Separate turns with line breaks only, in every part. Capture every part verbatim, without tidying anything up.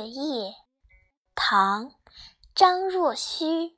月夜，唐·张若虚。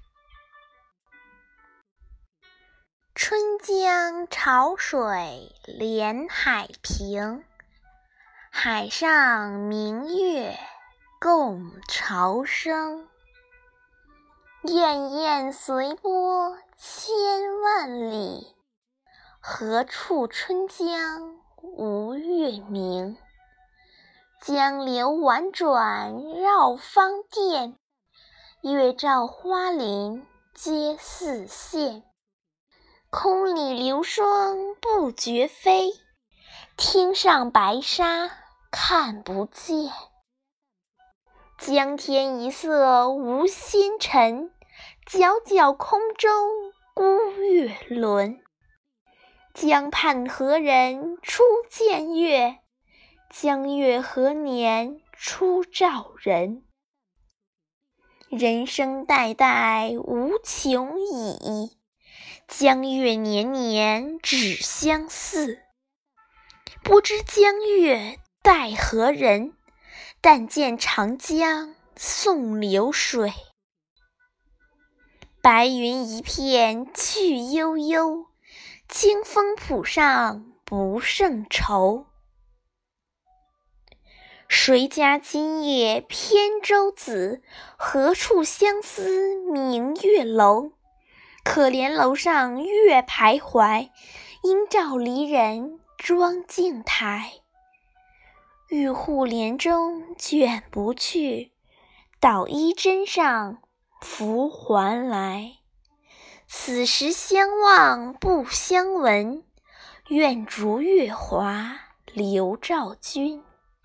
春江潮水连海平，海上明月共潮生。滟滟随波千万里，何处春江无月明？江流宛转绕芳甸，月照花林皆似霰。空里流霜不觉飞，汀上白沙看不见。江天一色无纤尘，皎皎空中孤月轮。江畔何人初见月？江月何年初照人？人生代代无穷已，江月年年只相似。不知江月待何人？但见长江送流水。白云一片去悠悠，清风浦上不胜愁。谁家今夜扁舟子？何处相思明月楼？可怜楼上月徘徊，应照离人妆镜台。玉户帘中卷不去，捣衣砧上拂还来。此时相望不相闻，愿逐月华流照君。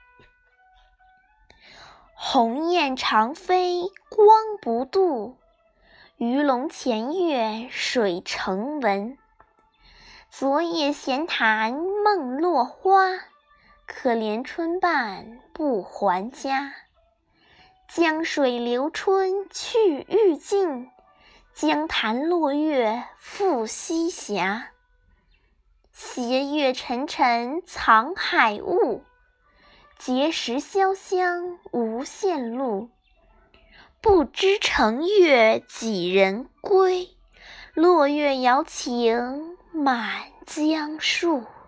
鸿雁长飞光不度，鱼龙潜跃水成文。昨夜闲谈梦落花，可怜春半不还家。江水流春去欲尽，江潭落月复西斜。斜月沉沉藏海雾，碣石潇湘无限路。不知乘月几人归？落月摇情满江树。